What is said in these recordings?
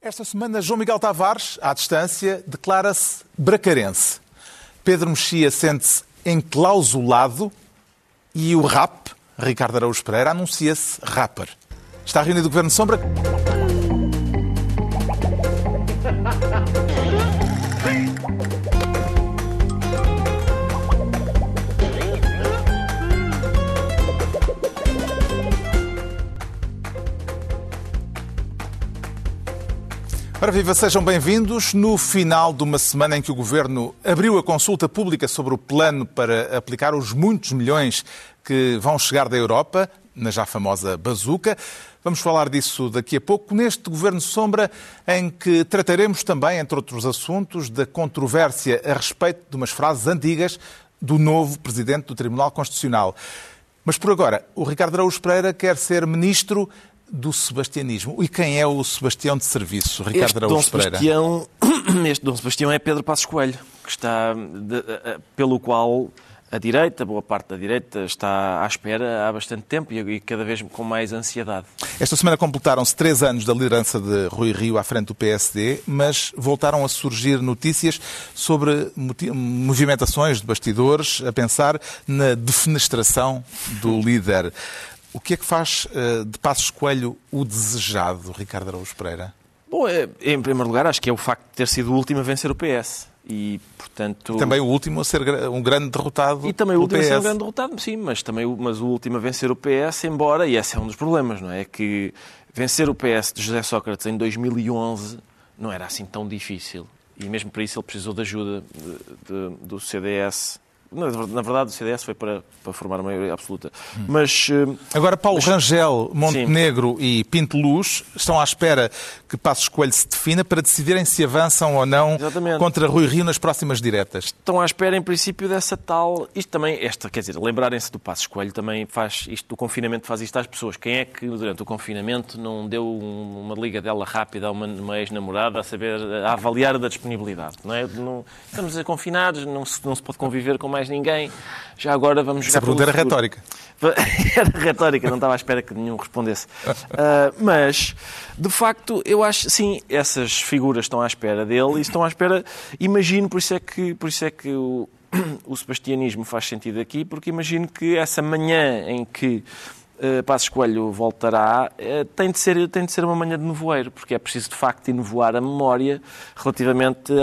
Esta semana, João Miguel Tavares, à distância, declara-se bracarense. Pedro Mexia sente-se enclausulado e o rap, Ricardo Araújo Pereira, anuncia-se rapper. Está reunido o Governo de Sombra? Ora viva, sejam bem-vindos. No final de uma semana em que o Governo abriu a consulta pública sobre o plano para aplicar os muitos milhões que vão chegar da Europa, na já famosa bazuca. Vamos falar disso daqui a pouco, neste Governo Sombra, em que trataremos também, entre outros assuntos, da controvérsia a respeito de umas frases antigas do novo Presidente do Tribunal Constitucional. Mas por agora, o Ricardo Araújo Pereira quer ser Ministro do Sebastianismo. E quem é o Sebastião de serviço, Ricardo Araújo Pereira? Este Dom Sebastião é Pedro Passos Coelho, que está, pelo qual a direita, boa parte da direita, está à espera há bastante tempo e cada vez com mais ansiedade. Esta semana completaram-se 3 anos da liderança de Rui Rio à frente do PSD, mas voltaram a surgir notícias sobre movimentações de bastidores, a pensar na defenestração do líder. O que é que faz de Passos Coelho o desejado, Ricardo Araújo Pereira? Bom, em primeiro lugar, acho que é o facto de ter sido o último a vencer o PS. E, portanto... Também o último a ser um grande derrotado. E também o último a ser um grande derrotado, sim, mas o último a vencer o PS, embora, e esse é um dos problemas, não é? É que vencer o PS de José Sócrates em 2011 não era assim tão difícil. E mesmo para isso ele precisou de ajuda do CDS. Na verdade, o CDS foi para formar a maioria absoluta. Mas agora, Paulo Rangel, Montenegro e Pinto Luz estão à espera que Passos Coelho se defina para decidirem se avançam ou não contra Rui Rio nas próximas diretas. Estão à espera, em princípio, dessa tal... quer dizer, lembrarem-se do Passos Coelho também faz isto, o confinamento faz isto às pessoas. Quem é que, durante o confinamento, não deu uma ligadela rápida a uma ex-namorada a avaliar da disponibilidade? Não é? Estamos confinados, não se pode conviver com mais ninguém. Já agora vamos jogar pelo seguro. Era retórica. Era retórica, não estava à espera que nenhum respondesse. Mas, de facto, eu acho, sim, essas figuras estão à espera dele e estão à espera, imagino, por isso é que o sebastianismo faz sentido aqui, porque imagino que essa manhã em que Passos Coelho voltará, tem de ser uma manhã de nevoeiro, porque é preciso, de facto, enovoar a memória relativamente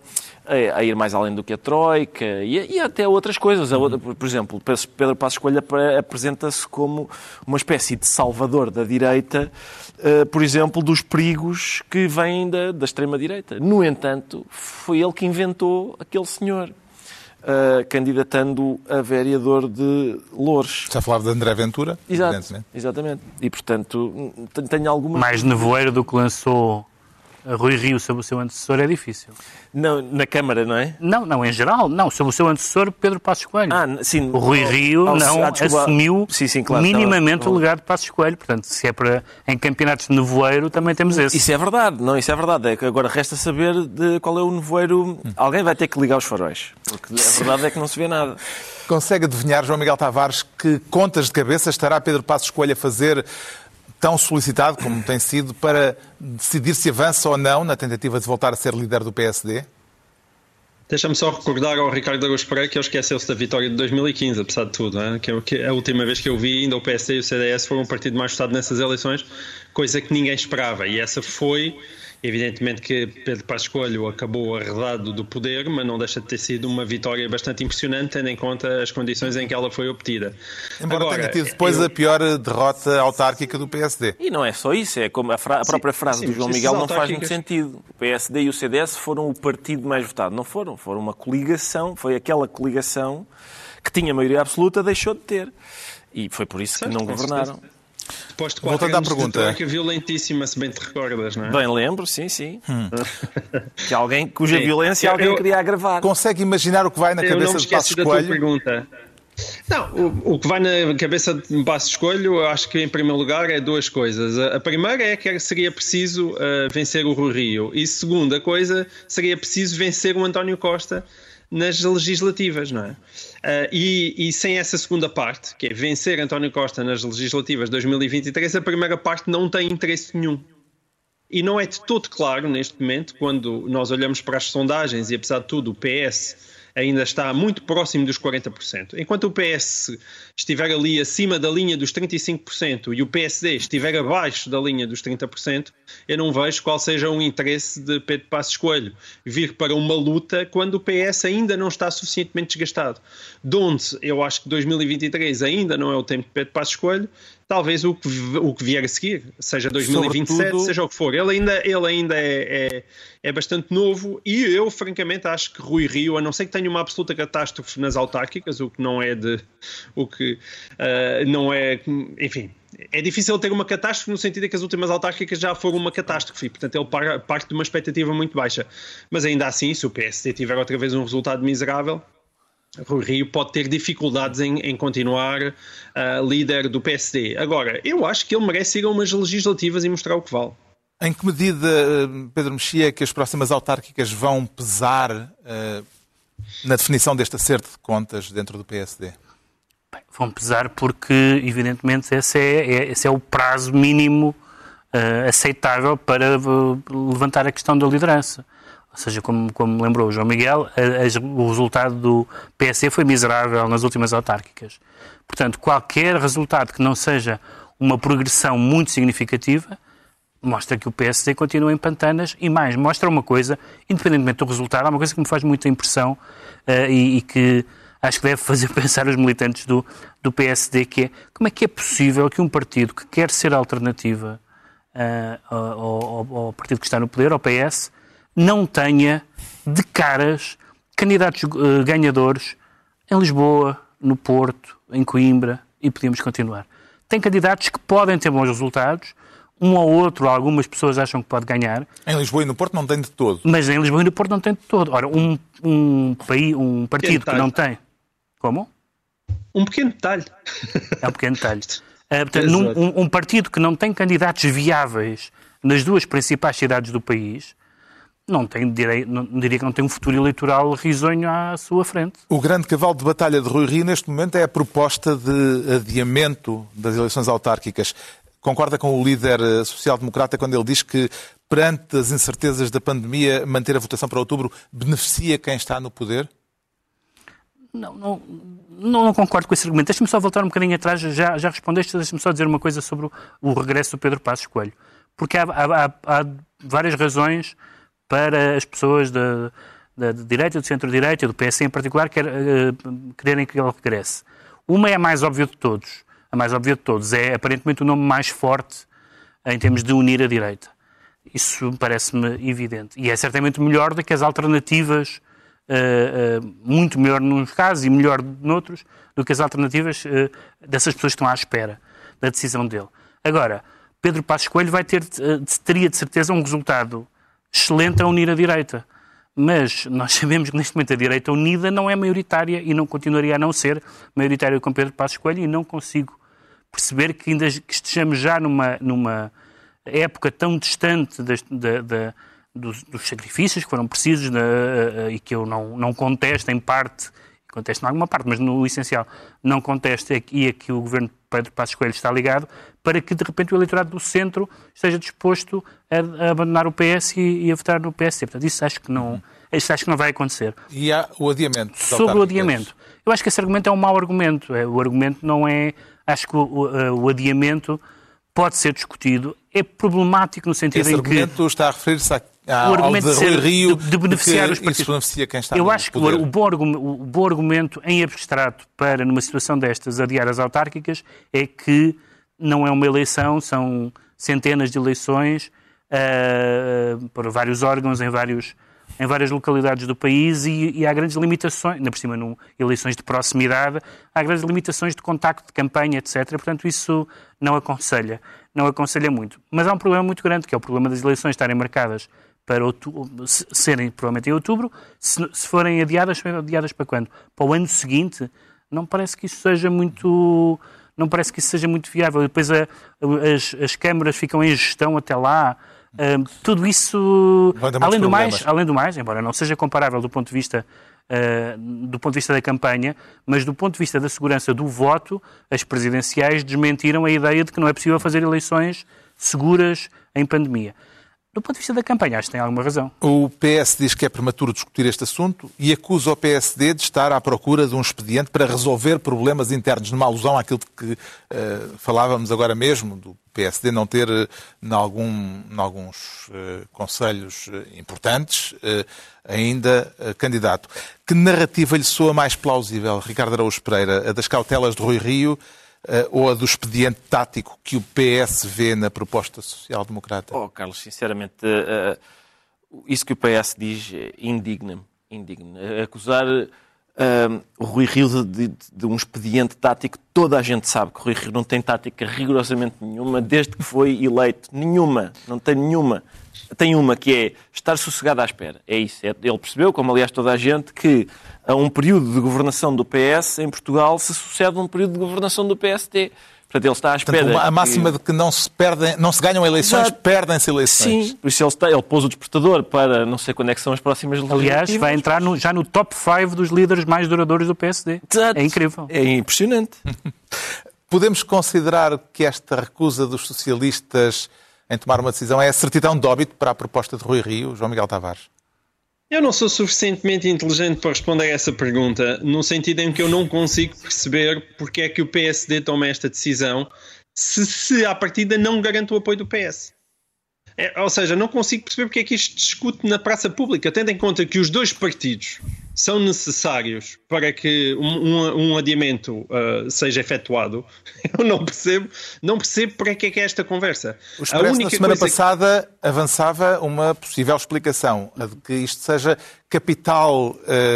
a ir mais além do que a Troika e até outras coisas. Por exemplo, Pedro Passos Coelho apresenta-se como uma espécie de salvador da direita, por exemplo, dos perigos que vêm da extrema-direita. No entanto, foi ele que inventou aquele senhor, candidatando a vereador de Loures. Já falava de André Ventura? Exatamente. E, portanto, tenho alguma... Mais nevoeiro do que lançou Rui Rio sobre o seu antecessor é difícil. Não, na Câmara, não é? Não, em geral. Não, sobre o seu antecessor, Pedro Passos Coelho. Sim. O Rui Rio assumiu claro, minimamente o legado de Passos Coelho. Portanto, se é para em campeonatos de nevoeiro, também temos esse. Isso é verdade. Agora resta saber de qual é o nevoeiro. Alguém vai ter que ligar os faróis. Porque a verdade é que não se vê nada. Consegue adivinhar, João Miguel Tavares, que contas de cabeça estará Pedro Passos Coelho a fazer, tão solicitado como tem sido, para decidir se avança ou não na tentativa de voltar a ser líder do PSD? Deixa-me só recordar ao Ricardo Araújo Pereira que ele esqueceu-se da vitória de 2015, apesar de tudo. Não é? Que a última vez que eu vi, ainda o PSD e o CDS foram um partido mais votado nessas eleições, coisa que ninguém esperava. E essa foi... Evidentemente que Pedro Passos Coelho acabou arredado do poder, mas não deixa de ter sido uma vitória bastante impressionante, tendo em conta as condições em que ela foi obtida. Embora tenha tido depois a pior derrota autárquica do PSD. E não é só isso, é como a própria frase do João Miguel não faz muito sentido. O PSD e o CDS foram o partido mais votado. Não foram uma coligação, foi aquela coligação que tinha maioria absoluta, deixou de ter. E foi por isso que não governaram. Depois de 4 anos de troika violentíssima, se bem te recordas, não é? Bem lembro, sim. Que alguém cuja violência alguém queria agravar. Consegue imaginar o que vai na cabeça de Passos Coelho? Pergunta. Não, o que vai na cabeça de Passos Coelho, eu acho que em primeiro lugar é 2 coisas. A primeira é que seria preciso vencer o Rui Rio. E a segunda coisa, seria preciso vencer o António Costa nas legislativas, não é? E sem essa segunda parte, que é vencer António Costa nas legislativas de 2023, a primeira parte não tem interesse nenhum. E não é de todo claro neste momento, quando nós olhamos para as sondagens e apesar de tudo o PS ainda está muito próximo dos 40%. Enquanto o PS estiver ali acima da linha dos 35% e o PSD estiver abaixo da linha dos 30%, eu não vejo qual seja o interesse de Pedro Passos Coelho vir para uma luta quando o PS ainda não está suficientemente desgastado. De onde eu acho que 2023 ainda não é o tempo de Pedro Passos Coelho, talvez o que vier a seguir, seja 2027, sobretudo, seja o que for. Ele ainda é bastante novo e eu, francamente, acho que Rui Rio, a não ser que tenha uma absoluta catástrofe nas autárquicas, o que não é não é, enfim, é difícil ter uma catástrofe no sentido de que as últimas autárquicas já foram uma catástrofe, portanto ele parte de uma expectativa muito baixa. Mas ainda assim, se o PSD tiver outra vez um resultado miserável, Rui Rio pode ter dificuldades em continuar líder do PSD. Agora, eu acho que ele merece ir a umas legislativas e mostrar o que vale. Em que medida, Pedro Mexia, que as próximas autárquicas vão pesar na definição deste acerto de contas dentro do PSD? Bem, vão pesar porque, evidentemente, esse é o prazo mínimo aceitável para levantar a questão da liderança. Ou seja, como lembrou o João Miguel, o resultado do PSD foi miserável nas últimas autárquicas. Portanto, qualquer resultado que não seja uma progressão muito significativa mostra que o PSD continua em pantanas e mais, mostra uma coisa, independentemente do resultado, há uma coisa que me faz muita impressão e que acho que deve fazer pensar os militantes do PSD, que é como é que é possível que um partido que quer ser alternativa ao partido que está no poder, ao PS, não tenha de caras candidatos ganhadores em Lisboa, no Porto, em Coimbra, e podíamos continuar. Tem candidatos que podem ter bons resultados, um ou outro, algumas pessoas acham que pode ganhar. Em Lisboa e no Porto não tem de todo. Mas em Lisboa e no Porto não tem de todo. Ora, um partido que não tem... Como? Um pequeno detalhe. É um pequeno detalhe. Portanto, um partido que não tem candidatos viáveis nas duas principais cidades do país... não diria que não tem um futuro eleitoral risonho à sua frente. O grande cavalo de batalha de Rui Rio neste momento é a proposta de adiamento das eleições autárquicas. Concorda com o líder social-democrata quando ele diz que, perante as incertezas da pandemia, manter a votação para outubro beneficia quem está no poder? Não concordo com esse argumento. Deixa-me só voltar um bocadinho atrás. Já respondeste, deixa-me só dizer uma coisa sobre o regresso do Pedro Passos Coelho. Porque há várias razões para as pessoas da direita, do centro-direita, do PS em particular, quererem que ele regresse. Uma é a mais óbvia de todos. A mais óbvia de todos é, aparentemente, o nome mais forte em termos de unir a direita. Isso parece-me evidente. E é certamente melhor do que as alternativas, muito melhor nos casos e melhor noutros, do que as alternativas dessas pessoas que estão à espera da decisão dele. Agora, Pedro Passos Coelho teria de certeza um resultado excelente a unir a direita. Mas nós sabemos que neste momento a direita unida não é maioritária e não continuaria a não ser maioritária com Pedro Passos Coelho e não consigo perceber que ainda que estejamos já numa época tão distante dos sacrifícios que foram precisos e que eu não contesto em parte, contesto em alguma parte, mas no essencial não contesto e a que o governo de Pedro Passos Coelho está ligado, para que de repente o eleitorado do centro esteja disposto a abandonar o PS e a votar no PSD. Portanto, isso acho que não vai acontecer. E há o adiamento. Sobre o adiamento. Eu acho que esse argumento é um mau argumento. O argumento não é... Acho que o adiamento pode ser discutido. É problemático no sentido em que... Esse argumento está a referir-se ao de Rui Rio, de beneficiar os partidos. Isso beneficia quem está no poder. Eu acho que o bom argumento em abstrato para, numa situação destas, adiar as autárquicas é que não é uma eleição, são centenas de eleições para vários órgãos em várias localidades do país e há grandes limitações, ainda por cima, eleições de proximidade, há grandes limitações de contacto, de campanha, etc. Portanto, isso não aconselha muito. Mas há um problema muito grande, que é o problema das eleições estarem marcadas para serem provavelmente em outubro. Se forem adiadas para quando? Para o ano seguinte? Não parece que isso seja muito viável. Depois as câmaras ficam em gestão até lá. Tudo isso, além do mais, embora não seja comparável do ponto de vista da campanha, mas do ponto de vista da segurança do voto, as presidenciais desmentiram a ideia de que não é possível fazer eleições seguras em pandemia. Do ponto de vista da campanha, acho que tem alguma razão. O PS diz que é prematuro discutir este assunto e acusa o PSD de estar à procura de um expediente para resolver problemas internos, numa alusão àquilo que falávamos agora mesmo, do PSD não ter, em alguns conselhos importantes, ainda candidato. Que narrativa lhe soa mais plausível, Ricardo Araújo Pereira? A das cautelas de Rui Rio ou a do expediente tático que o PS vê na proposta social-democrata? Carlos, sinceramente, isso que o PS diz indigna-me. Acusar o Rui Rio de um expediente tático, toda a gente sabe que o Rui Rio não tem tática rigorosamente nenhuma desde que foi eleito. Nenhuma. Não tem nenhuma. Tem uma que é estar sossegado à espera. É isso. Ele percebeu, como aliás toda a gente, que a um período de governação do PS em Portugal se sucede a um período de governação do PSD. Portanto, ele está à espera... Portanto, a máxima de que não se ganham eleições, perdem-se eleições. Sim, por isso ele pôs o despertador para não sei quando é que são as próximas legislativas. Aliás, vai entrar já no top 5 dos líderes mais duradouros do PSD. Exato. É incrível. É impressionante. Podemos considerar que esta recusa dos socialistas em tomar uma decisão é a certidão de óbito para a proposta de Rui Rio, João Miguel Tavares? Eu não sou suficientemente inteligente para responder a essa pergunta, no sentido em que eu não consigo perceber porque é que o PSD toma esta decisão se à partida não garante o apoio do PS. Ou seja, não consigo perceber porque é que isto discute na praça pública, tendo em conta que os dois partidos são necessários para que um adiamento seja efetuado. Eu não percebo para que é esta conversa. O Expresso, na semana passada, avançava uma possível explicação, a de que isto seja capital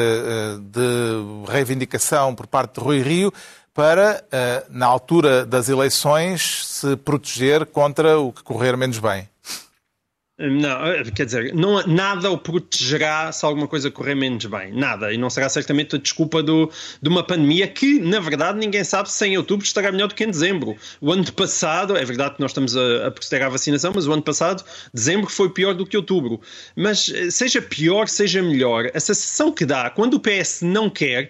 de reivindicação por parte de Rui Rio para, na altura das eleições, se proteger contra o que correr menos bem. Não, quer dizer, nada o protegerá se alguma coisa correr menos bem. Nada. E não será certamente a desculpa de uma pandemia que, na verdade, ninguém sabe se em outubro estará melhor do que em dezembro. O ano passado, é verdade que nós estamos a proceder à vacinação, mas o ano passado, dezembro, foi pior do que outubro. Mas seja pior, seja melhor, a sensação que dá quando o PS não quer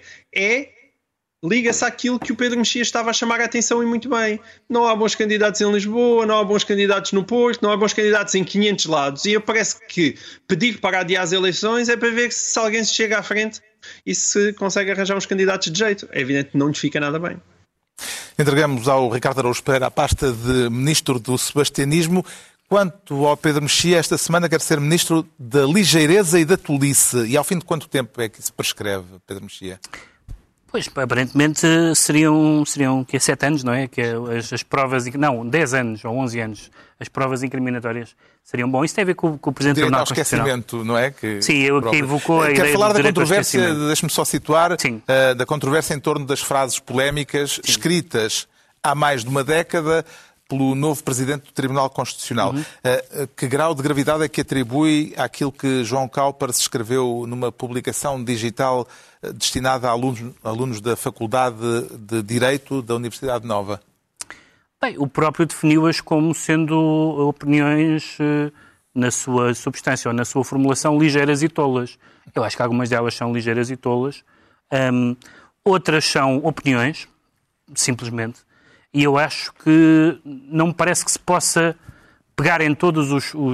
liga-se àquilo que o Pedro Mexia estava a chamar a atenção e muito bem. Não há bons candidatos em Lisboa, não há bons candidatos no Porto, não há bons candidatos em 500 lados. E parece que pedir para adiar as eleições é para ver se alguém se chega à frente e se consegue arranjar uns candidatos de jeito. É evidente que não lhes fica nada bem. Entregamos ao Ricardo Araújo Pereira a pasta de Ministro do Sebastianismo. Quanto ao Pedro Mexia, esta semana quer ser Ministro da Ligeireza e da Tolice. E ao fim de quanto tempo é que isso prescreve, Pedro Mexia? Pois, aparentemente seriam 7 anos, não é? Que as provas... Não, 10 anos ou 11 anos. As provas incriminatórias seriam bom. Isso tem a ver com o Presidente do Tribunal Constitucional. Esquecimento, não é? Sim, que invocou a ideia Quero falar do da direito ao controvérsia, esquecimento. deixe-me só situar, Sim. Da controvérsia em torno das frases polémicas escritas há mais de uma década pelo novo Presidente do Tribunal Constitucional. Que grau de gravidade é que atribui àquilo que João Cowper escreveu numa publicação digital destinada a alunos da Faculdade de Direito da Universidade Nova? Bem, o próprio definiu-as como sendo opiniões, na sua substância ou na sua formulação, ligeiras e tolas. Eu acho que algumas delas são ligeiras e tolas. Outras são opiniões, simplesmente. E eu acho que não me parece que se possa pegar em todas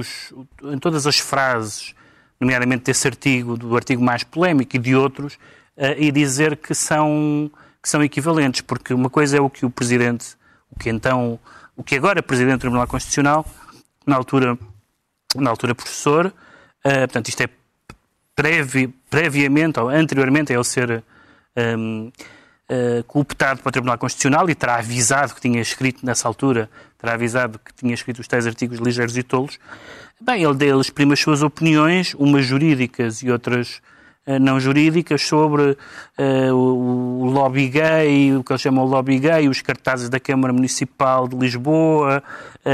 as frases, nomeadamente desse artigo, do artigo mais polémico e de outros, e dizer que são equivalentes, porque uma coisa é o que o Presidente, o que agora é Presidente do Tribunal Constitucional, na altura professor, portanto isto é previamente ou anteriormente a ele ser cooptado para o Tribunal Constitucional e terá avisado que tinha escrito nessa altura, que tinha escrito os tais artigos ligeiros e tolos. Bem, ele exprime as suas opiniões, umas jurídicas e outras não jurídicas, sobre o lobby gay, o que eles chamam de lobby gay, os cartazes da Câmara Municipal de Lisboa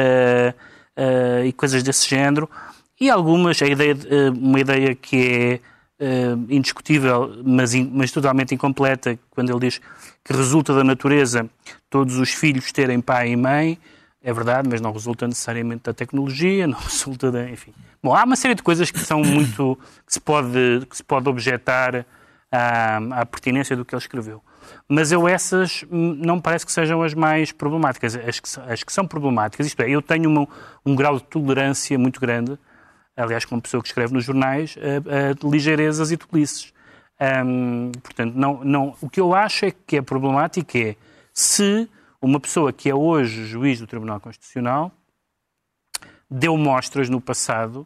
e coisas desse género. E algumas, uma ideia que é indiscutível, mas totalmente incompleta, quando ele diz que resulta da natureza todos os filhos terem pai e mãe. É verdade, mas não resulta necessariamente da tecnologia, não resulta da... Enfim. Bom, há uma série de coisas que são muito... que se pode objetar à pertinência do que ele escreveu. Mas essas não me parece que sejam as mais problemáticas. As que são problemáticas, isto é, eu tenho um grau de tolerância muito grande aliás, como pessoa que escreve nos jornais, ligeirezas e tolices. Portanto, o que eu acho é que é problemático é se uma pessoa que é hoje juiz do Tribunal Constitucional deu mostras no passado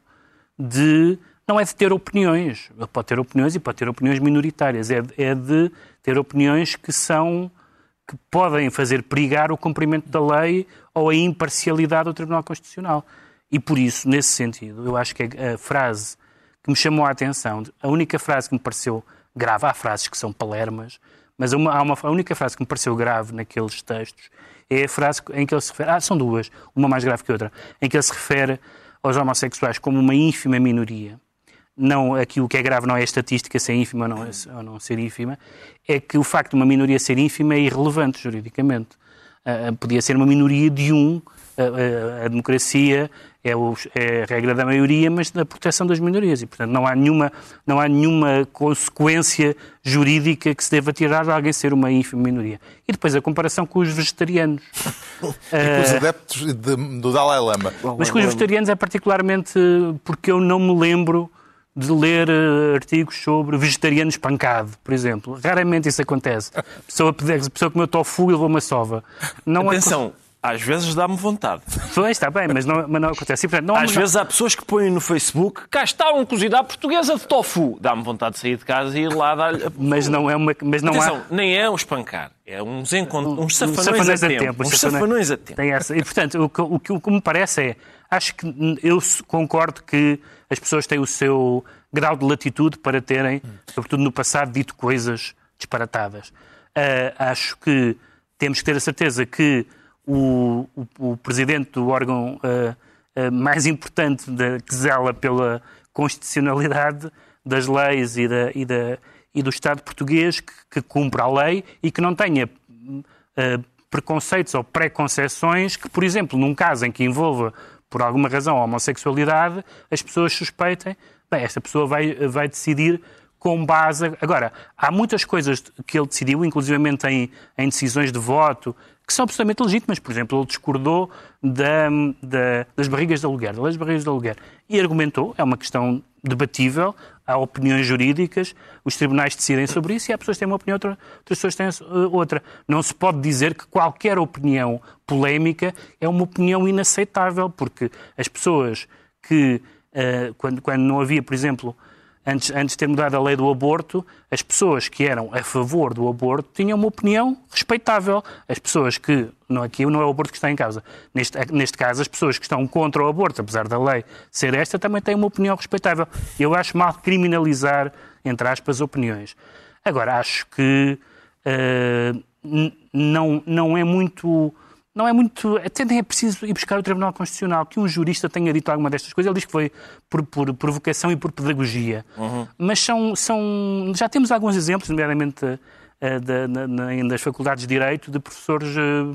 não é de ter opiniões, ele pode ter opiniões e pode ter opiniões minoritárias, é de ter opiniões que podem fazer perigar o cumprimento da lei ou a imparcialidade do Tribunal Constitucional. E por isso, nesse sentido, eu acho que a frase que me chamou a atenção, a única frase que me pareceu grave, há frases que são palermas, mas a única frase que me pareceu grave naqueles textos é a frase em que ele se refere, são duas, uma mais grave que outra, em que ele se refere aos homossexuais como uma ínfima minoria. Não, aqui o que é grave não é a estatística ser ínfima ou não ser ínfima, é que o facto de uma minoria ser ínfima é irrelevante juridicamente. Podia ser uma minoria de a democracia é a regra da maioria, mas da proteção das minorias. E, portanto, não há nenhuma consequência jurídica que se deva tirar de alguém ser uma ínfima minoria. E depois a comparação com os vegetarianos. E com os adeptos do Dalai Lama. Mas com os vegetarianos é particularmente porque eu não me lembro de ler artigos sobre vegetariano espancado, por exemplo. Raramente isso acontece. A pessoa comeu tofu e levou uma sova. Atenção, às vezes dá-me vontade. Pois, está bem, mas não acontece. E, portanto, às vezes há pessoas que põem no Facebook, cá está um cozido à portuguesa de tofu. Dá-me vontade de sair de casa e ir lá dar-lhe... Mas não é uma... Mas não atenção, nem é um espancar. É uns safanões a tempo. Uns safanões a tempo. Tem essa. E, portanto, o que me parece é... Acho que eu concordo que as pessoas têm o seu grau de latitude para terem, sobretudo no passado, dito coisas disparatadas. Acho que temos que ter a certeza que o presidente do órgão mais importante que zela pela constitucionalidade das leis e do Estado português, que cumpra a lei e que não tenha preconceitos ou preconceções que, por exemplo, num caso em que envolva por alguma razão a homossexualidade, as pessoas suspeitem, esta pessoa vai decidir com base... Agora, há muitas coisas que ele decidiu, inclusivamente em decisões de voto, que são absolutamente legítimas. Por exemplo, ele discordou das barrigas de aluguer, das barrigas de aluguer, e argumentou, é uma questão debatível, há opiniões jurídicas, os tribunais decidem sobre isso e há pessoas que têm uma opinião, outras pessoas têm outra. Não se pode dizer que qualquer opinião polémica é uma opinião inaceitável, porque as pessoas que, quando não havia, por exemplo, antes de ter mudado a lei do aborto, as pessoas que eram a favor do aborto tinham uma opinião respeitável. As pessoas que... Aqui não é o aborto que está em causa. Neste caso, as pessoas que estão contra o aborto, apesar da lei ser esta, também têm uma opinião respeitável. Eu acho mal criminalizar, entre aspas, opiniões. Agora, acho que não é muito... Até nem é preciso ir buscar o Tribunal Constitucional, que um jurista tenha dito alguma destas coisas. Ele diz que foi por provocação e por pedagogia. Mas já temos alguns exemplos, nomeadamente das faculdades de Direito, de professores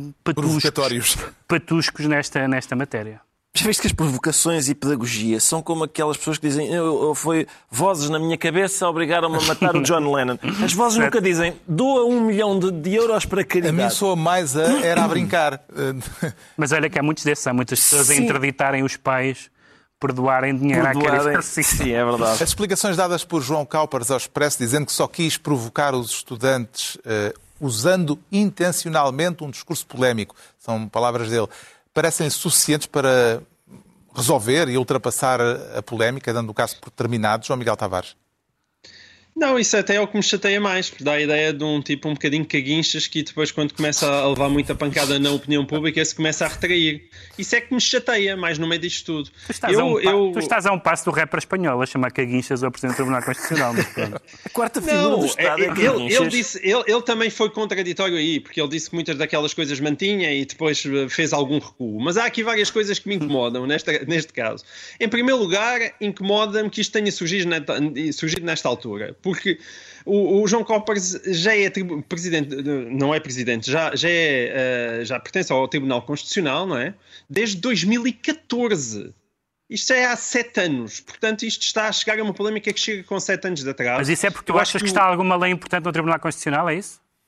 patuscos nesta matéria. Já viste que as provocações e pedagogia são como aquelas pessoas que dizem foi vozes na minha cabeça obrigaram-me a matar o John Lennon. As vozes nunca dizem doa 1 milhão de euros para caridade. A mim soa mais era a brincar. Mas olha que há muitos desses, há muitas pessoas a interditarem os pais por doarem dinheiro à caridade. Sim, é verdade. As explicações dadas por João Caupers ao Expresso, dizendo que só quis provocar os estudantes usando intencionalmente um discurso polémico, são palavras dele, parecem suficientes para resolver e ultrapassar a polémica, dando o caso por terminado. João Miguel Tavares. Não, isso até é o que me chateia mais, porque dá a ideia de um tipo um bocadinho caguinchas que depois, quando começa a levar muita pancada na opinião pública, se começa a retrair. Isso é que me chateia mais no meio disto tudo. Tu estás a um passo do rapper espanhol a chamar caguinchas ao Presidente do Tribunal Constitucional. A quarta figura do Estado é caguinchas. Ele também foi contraditório aí, porque ele disse que muitas daquelas coisas mantinha e depois fez algum recuo. Mas há aqui várias coisas que me incomodam neste caso. Em primeiro lugar, incomoda-me que isto tenha surgido nesta altura. Porque o João Caupers já é presidente, não é presidente, já pertence ao Tribunal Constitucional, não é? Desde 2014. Isto é há 7 anos. Portanto, isto está a chegar a uma polémica que chega com 7 anos de atraso. Mas isso é porque tu achas que está alguma lei importante no Tribunal Constitucional, é isso?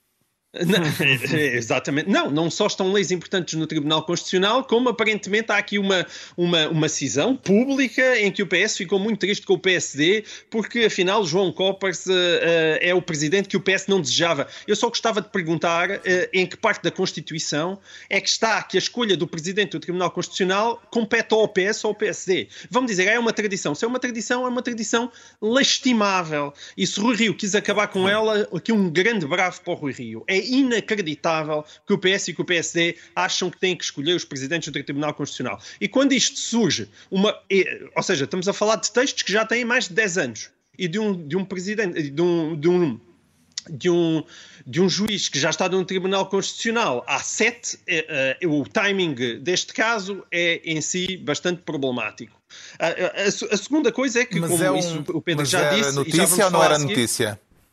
Não, exatamente. Não só estão leis importantes no Tribunal Constitucional, como aparentemente há aqui uma cisão pública em que o PS ficou muito triste com o PSD, porque afinal João Coppers é o presidente que o PS não desejava. Eu só gostava de perguntar em que parte da Constituição é que está que a escolha do presidente do Tribunal Constitucional compete ao PS ou ao PSD. Vamos dizer, é uma tradição. Se é uma tradição lastimável. E se Rui Rio quis acabar com ela, aqui um grande bravo para o Rui Rio. É inacreditável que o PS e que o PSD acham que têm que escolher os presidentes do Tribunal Constitucional. E quando isto surge, ou seja, estamos a falar de textos que já têm mais de 10 anos e de um presidente, de um juiz que já está no Tribunal Constitucional há 7, o timing deste caso é em si bastante problemático. A segunda coisa é que, o Pedro já disse... Notícia ou não era notícia?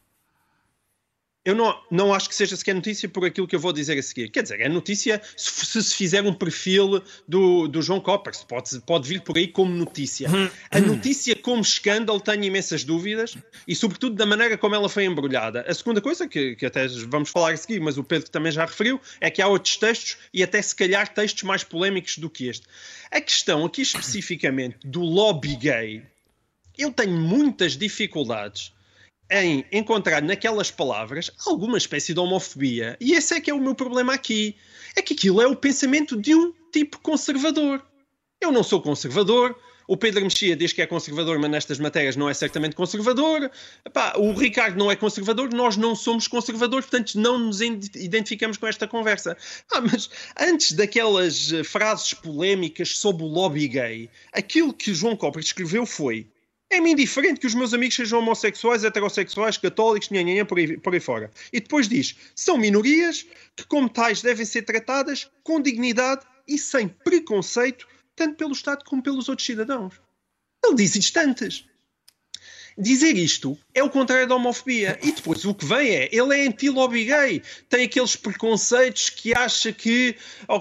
Eu não acho que seja sequer notícia por aquilo que eu vou dizer a seguir. Quer dizer, é notícia se fizer um perfil do João Coppers. Pode vir por aí como notícia. A notícia como escândalo tenho imensas dúvidas e, sobretudo, da maneira como ela foi embrulhada. A segunda coisa, que até vamos falar a seguir, mas o Pedro também já referiu, é que há outros textos e até, se calhar, textos mais polémicos do que este. A questão aqui especificamente do lobby gay, eu tenho muitas dificuldades em encontrar naquelas palavras alguma espécie de homofobia. E esse é que é o meu problema aqui. É que aquilo é o pensamento de um tipo conservador. Eu não sou conservador. O Pedro Mexia diz que é conservador, mas nestas matérias não é certamente conservador. O Ricardo não é conservador, nós não somos conservadores, portanto não nos identificamos com esta conversa. Mas antes daquelas frases polémicas sobre o lobby gay, aquilo que João Coppers escreveu foi: é-me indiferente que os meus amigos sejam homossexuais, heterossexuais, católicos, nhanhanhã, por aí fora. E depois diz, são minorias que como tais devem ser tratadas com dignidade e sem preconceito, tanto pelo Estado como pelos outros cidadãos. Ele diz isto antes. Dizer isto é o contrário da homofobia. E depois o que vem ele é anti-lobby gay. Tem aqueles preconceitos que acha que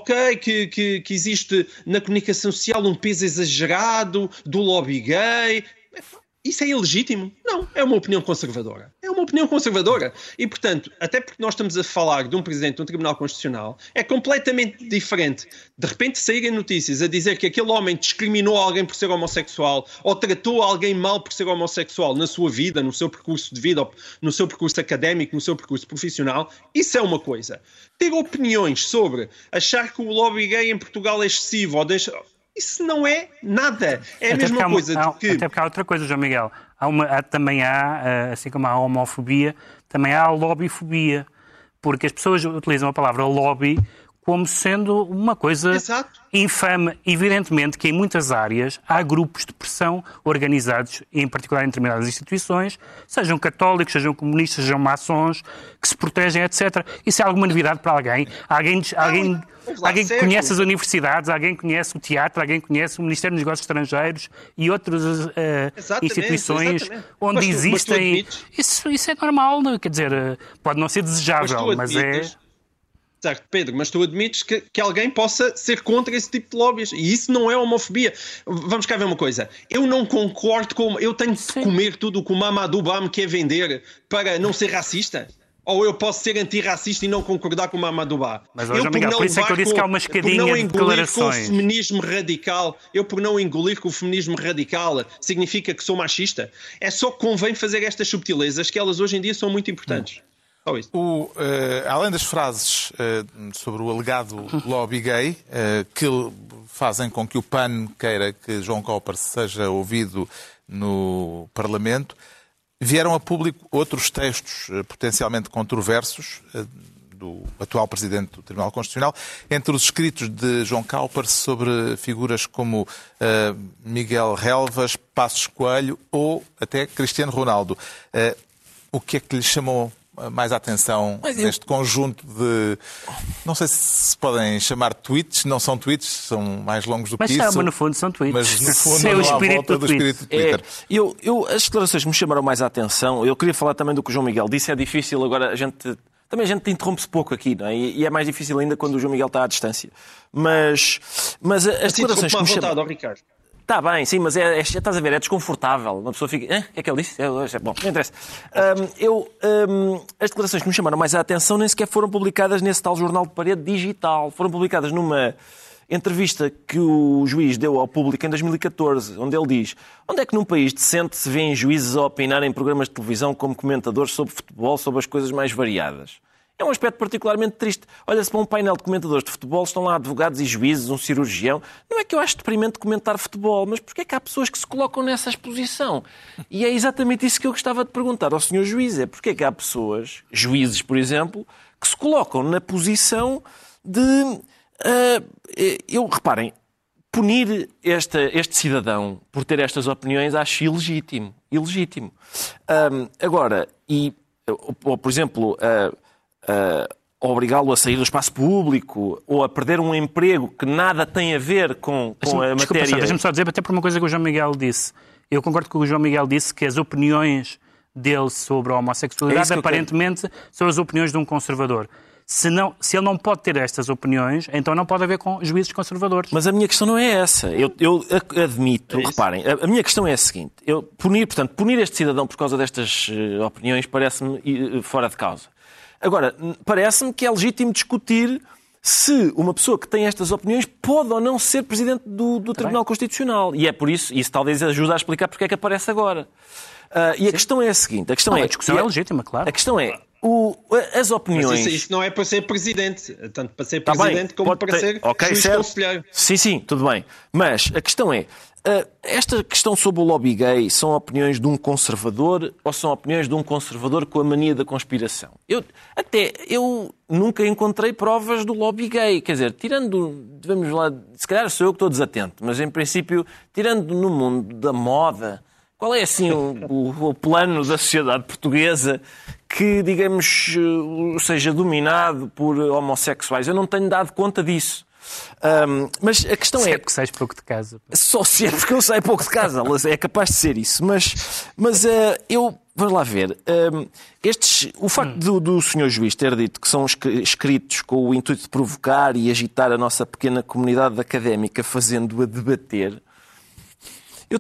existe na comunicação social um peso exagerado do lobby gay. Isso é ilegítimo? Não, é uma opinião conservadora. É uma opinião conservadora. E, portanto, até porque nós estamos a falar de um presidente de um Tribunal Constitucional, é completamente diferente de repente saírem notícias a dizer que aquele homem discriminou alguém por ser homossexual ou tratou alguém mal por ser homossexual na sua vida, no seu percurso de vida, no seu percurso académico, no seu percurso profissional. Isso é uma coisa. Ter opiniões sobre achar que o lobby gay em Portugal é excessivo ou deixa... Isso não é nada. É a mesma coisa de que... Até porque há outra coisa, João Miguel. Também há, assim como há homofobia, também há a lobbyfobia. Porque as pessoas utilizam a palavra lobby como sendo uma coisa infame. Evidentemente que em muitas áreas há grupos de pressão organizados, em particular em determinadas instituições, sejam católicos, sejam comunistas, sejam maçons, que se protegem, etc. Isso é alguma novidade para alguém? Alguém que conhece as universidades, alguém conhece o teatro, alguém conhece o Ministério dos Negócios Estrangeiros e outras instituições onde existem... Isso é normal, quer dizer, pode não ser desejável, mas é... Certo, Pedro, mas tu admites que alguém possa ser contra esse tipo de lobbies e isso não é homofobia. Vamos cá ver uma coisa. Eu não concordo com... Eu tenho de comer tudo o que o Mamadou Ba me quer vender para não ser racista? Ou eu posso ser antirracista e não concordar com o Mamadou Ba? Mas, Miguel, por isso é que eu disse que há uma escadinha de declarações. Por não engolir que o feminismo radical significa que sou machista. É só que convém fazer estas subtilezas que elas hoje em dia são muito importantes. Além das frases sobre o alegado lobby gay, que fazem com que o PAN queira que João Coppers seja ouvido no Parlamento, vieram a público outros textos potencialmente controversos do atual Presidente do Tribunal Constitucional, entre os escritos de João Coppers sobre figuras como Miguel Relvas, Passos Coelho ou até Cristiano Ronaldo. O que é que lhe chamou mais a atenção neste conjunto de... Não sei se podem chamar tweets, não são tweets, são mais longos do que isso. Mas no fundo são tweets. Mas no fundo é o não há espírito volta do espírito do Twitter. As declarações que me chamaram mais a atenção, eu queria falar também do que o João Miguel disse, é difícil agora, a gente interrompe-se pouco aqui, não é? E é mais difícil ainda quando o João Miguel está à distância. Mas as declarações que me chamaram... Está bem, sim, mas estás a ver, é desconfortável. Uma pessoa fica... O que é que ele disse? Bom, não interessa. As declarações que me chamaram mais a atenção nem sequer foram publicadas nesse tal jornal de parede digital. Foram publicadas numa entrevista que o juiz deu ao público em 2014, onde ele diz: onde é que num país decente se vêem juízes a opinar em programas de televisão como comentadores sobre futebol, sobre as coisas mais variadas? É um aspecto particularmente triste. Olha-se para um painel de comentadores de futebol, estão lá advogados e juízes, um cirurgião. Não é que eu acho deprimente comentar futebol, mas porquê é que há pessoas que se colocam nessa exposição? E é exatamente isso que eu gostava de perguntar ao senhor juiz. É porquê é que há pessoas, juízes, por exemplo, que se colocam na posição de... reparem, punir este cidadão por ter estas opiniões acho ilegítimo. Ilegítimo. Agora, ou por exemplo... obrigá-lo a sair do espaço público ou a perder um emprego que nada tem a ver com a matéria... Deixa-me só dizer, até por uma coisa que o João Miguel disse. Eu concordo com o que o João Miguel disse, que as opiniões dele sobre a homossexualidade aparentemente são as opiniões de um conservador. Se ele não pode ter estas opiniões, então não pode haver juízes conservadores. Mas a minha questão não é essa. Eu admito, reparem, a minha questão é a seguinte. Punir este cidadão por causa destas opiniões parece-me fora de causa. Agora, parece-me que é legítimo discutir se uma pessoa que tem estas opiniões pode ou não ser presidente do Tribunal Constitucional. E é por isso talvez ajude a explicar porque é que aparece agora. E a questão é a seguinte. A discussão é legítima, claro. A questão é, as opiniões... Mas isso não é para ser presidente. Tanto para ser presidente como para ser juiz conselheiro. Sim, tudo bem. Mas a questão é, esta questão sobre o lobby gay são opiniões de um conservador ou são opiniões de um conservador com a mania da conspiração? Eu nunca encontrei provas do lobby gay. Quer dizer, vamos lá, se calhar sou eu que estou desatento, mas em princípio, tirando no mundo da moda, qual é assim o plano da sociedade portuguesa que, digamos, seja dominado por homossexuais? Eu não tenho dado conta disso. Mas a questão é... porque sais pouco de casa. Só se é porque eu saio pouco de casa. É capaz de ser isso. Mas vamos lá ver. O facto do senhor juiz ter dito que são escritos com o intuito de provocar e agitar a nossa pequena comunidade académica, fazendo-a debater... Eu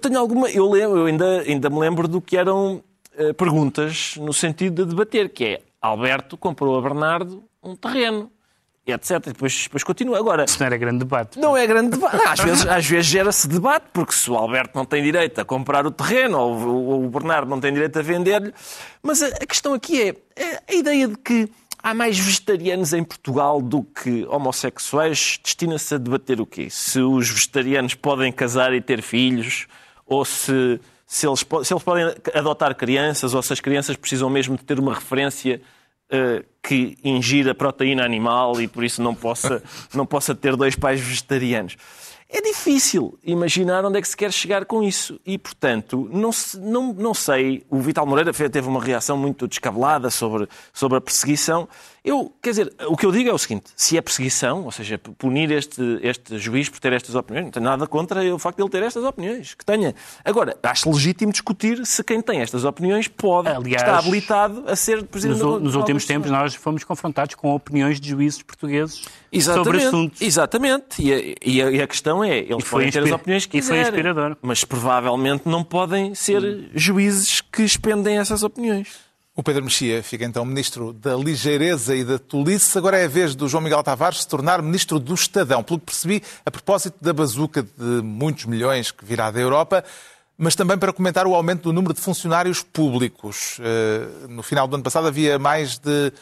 ainda me lembro do que eram perguntas no sentido de debater, que é: Alberto comprou a Bernardo um terreno, etc. Depois continua. Agora, isso não era grande debate. Não é grande debate. Às vezes gera-se debate, porque se o Alberto não tem direito a comprar o terreno ou o Bernardo não tem direito a vender-lhe. Mas a questão aqui é a ideia de que há mais vegetarianos em Portugal do que homossexuais. Destina-se a debater o quê? Se os vegetarianos podem casar e ter filhos, ou se eles podem adotar crianças, ou se as crianças precisam mesmo de ter uma referência que ingira proteína animal e por isso não possa ter dois pais vegetarianos. É difícil imaginar onde é que se quer chegar com isso. E, portanto, não sei. O Vital Moreira teve uma reação muito descabelada sobre a perseguição. Quer dizer, o que eu digo é o seguinte: se é perseguição, ou seja, punir este juiz por ter estas opiniões, não tenho nada contra o facto de ele ter estas opiniões, que tenha. Agora, acho legítimo discutir se quem tem estas opiniões está habilitado a ser presidente do Tribunal. Nos últimos tempos nós fomos confrontados com opiniões de juízes portugueses sobre assuntos. Exatamente. E a questão é, eles podem ter as opiniões que quiserem, foi inspirador. Mas provavelmente não podem ser juízes que expendem essas opiniões. O Pedro Mexia fica então ministro da ligeireza e da tolice. Agora é a vez do João Miguel Tavares se tornar ministro do Estadão. Pelo que percebi, a propósito da bazuca de muitos milhões que virá da Europa, mas também para comentar o aumento do número de funcionários públicos. No final do ano passado havia mais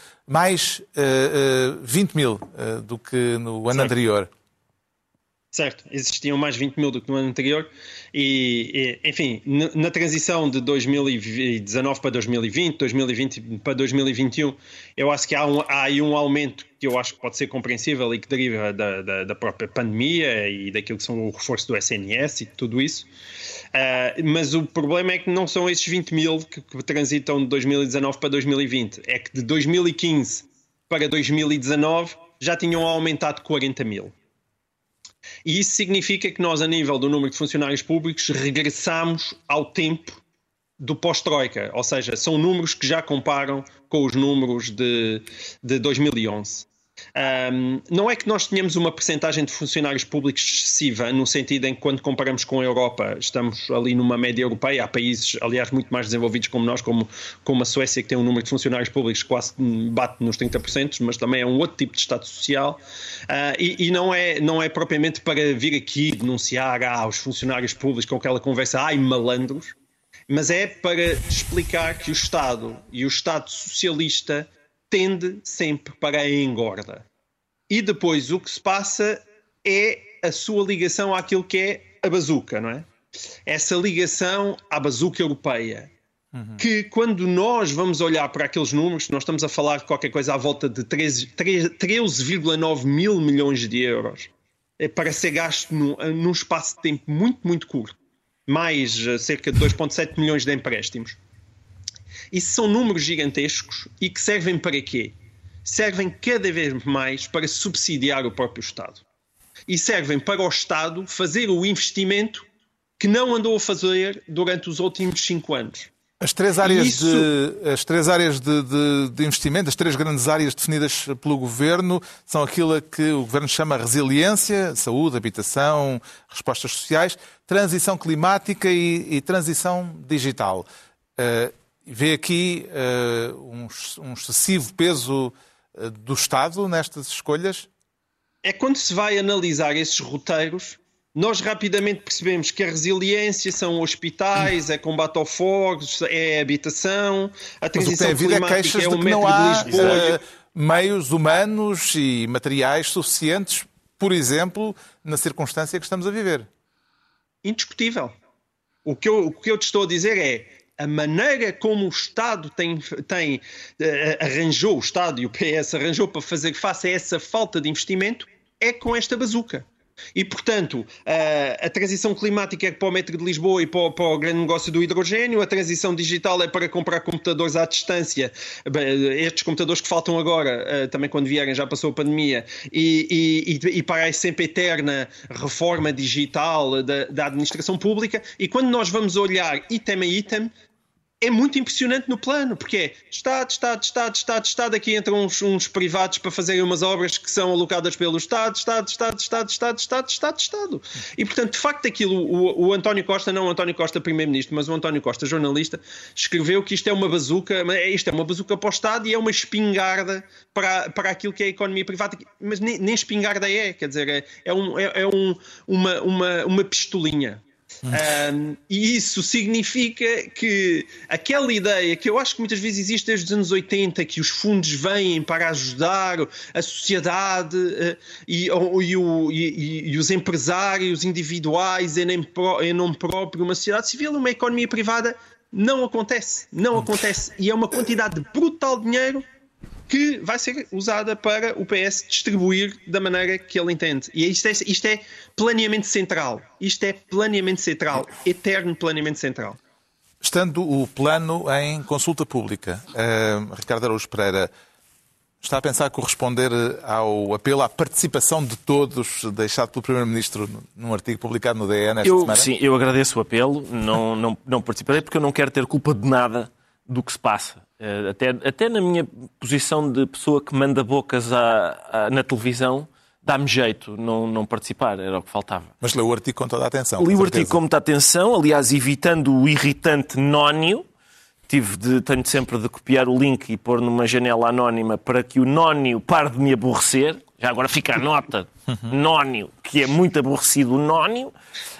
20 mil do que no ano anterior. Certo, existiam mais 20 mil do que no ano anterior e enfim, na transição de 2019 para 2020, 2020 para 2021, eu acho que há aí um aumento que eu acho que pode ser compreensível e que deriva da própria pandemia e daquilo que são o reforço do SNS e tudo isso. Mas o problema é que não são esses 20 mil que transitam de 2019 para 2020, é que de 2015 para 2019 já tinham aumentado 40 mil. E isso significa que nós, a nível do número de funcionários públicos, regressamos ao tempo do pós-Troika. Ou seja, são números que já comparam com os números de 2011. Não é que nós tenhamos uma percentagem de funcionários públicos excessiva, no sentido em que quando comparamos com a Europa, estamos ali numa média europeia. Há países, aliás, muito mais desenvolvidos como nós, como a Suécia, que tem um número de funcionários públicos que quase bate nos 30%, mas também é um outro tipo de Estado social. E não é propriamente para vir aqui denunciar os funcionários públicos com aquela conversa, malandros, mas é para explicar que o Estado e o Estado socialista tende sempre para a engorda. E depois o que se passa é a sua ligação àquilo que é a bazuca, não é? Essa ligação à bazuca europeia. Que quando nós vamos olhar para aqueles números, nós estamos a falar de qualquer coisa à volta de 13,9 mil milhões de euros para ser gasto num espaço de tempo muito, muito curto. Mais cerca de 2,7 milhões de empréstimos. Isso são números gigantescos e que servem para quê? Servem cada vez mais para subsidiar o próprio Estado. E servem para o Estado fazer o investimento que não andou a fazer durante os últimos 5 anos. As três áreas de investimento, as três grandes áreas definidas pelo Governo, são aquilo a que o Governo chama resiliência, saúde, habitação, respostas sociais, transição climática e transição digital. Vê aqui um excessivo peso do Estado nestas escolhas? É quando se vai analisar esses roteiros, nós rapidamente percebemos que a resiliência são hospitais, é combate ao fogo, é habitação, a transição climática é o metro de Lisboa. Meios humanos e materiais suficientes, por exemplo, na circunstância que estamos a viver. Indiscutível. O que eu te estou a dizer é a maneira como o Estado arranjou, o Estado e o PS arranjou para fazer face a essa falta de investimento é com esta bazuca. E, portanto, a transição climática é para o metro de Lisboa e para o grande negócio do hidrogênio, a transição digital é para comprar computadores à distância, estes computadores que faltam agora, também quando vierem, já passou a pandemia, e para a sempre eterna reforma digital da administração pública. E quando nós vamos olhar item a item, é muito impressionante no plano, porque é Estado, aqui entram uns privados para fazerem umas obras que são alocadas pelo Estado. E, portanto, de facto, aquilo, o António Costa, não o António Costa Primeiro-Ministro, mas o António Costa Jornalista, escreveu que isto é uma bazuca, para o Estado e é uma espingarda para aquilo que é a economia privada, mas nem espingarda quer dizer, é uma pistolinha. E isso significa que aquela ideia que eu acho que muitas vezes existe desde os anos 80, que os fundos vêm para ajudar a sociedade e os empresários individuais em nome próprio, uma sociedade civil, uma economia privada, não acontece. E é uma quantidade brutal de dinheiro que vai ser usada para o PS distribuir da maneira que ele entende. E isto é planeamento central. Eterno planeamento central. Estando o plano em consulta pública, Ricardo Araújo Pereira, está a pensar corresponder ao apelo à participação de todos deixado pelo Primeiro-Ministro num artigo publicado no DE nesta semana? Sim, eu agradeço o apelo, não participarei porque eu não quero ter culpa de nada do que se passa. Até na minha posição de pessoa que manda bocas na televisão, dá-me jeito não participar, era o que faltava. Mas leu o artigo com toda a atenção. Li o artigo com muita atenção, aliás, evitando o irritante nónio. Tenho sempre de copiar o link e pôr numa janela anónima para que o nónio pare de me aborrecer. Já agora fica a nota, nónio, que é muito aborrecido o nónio.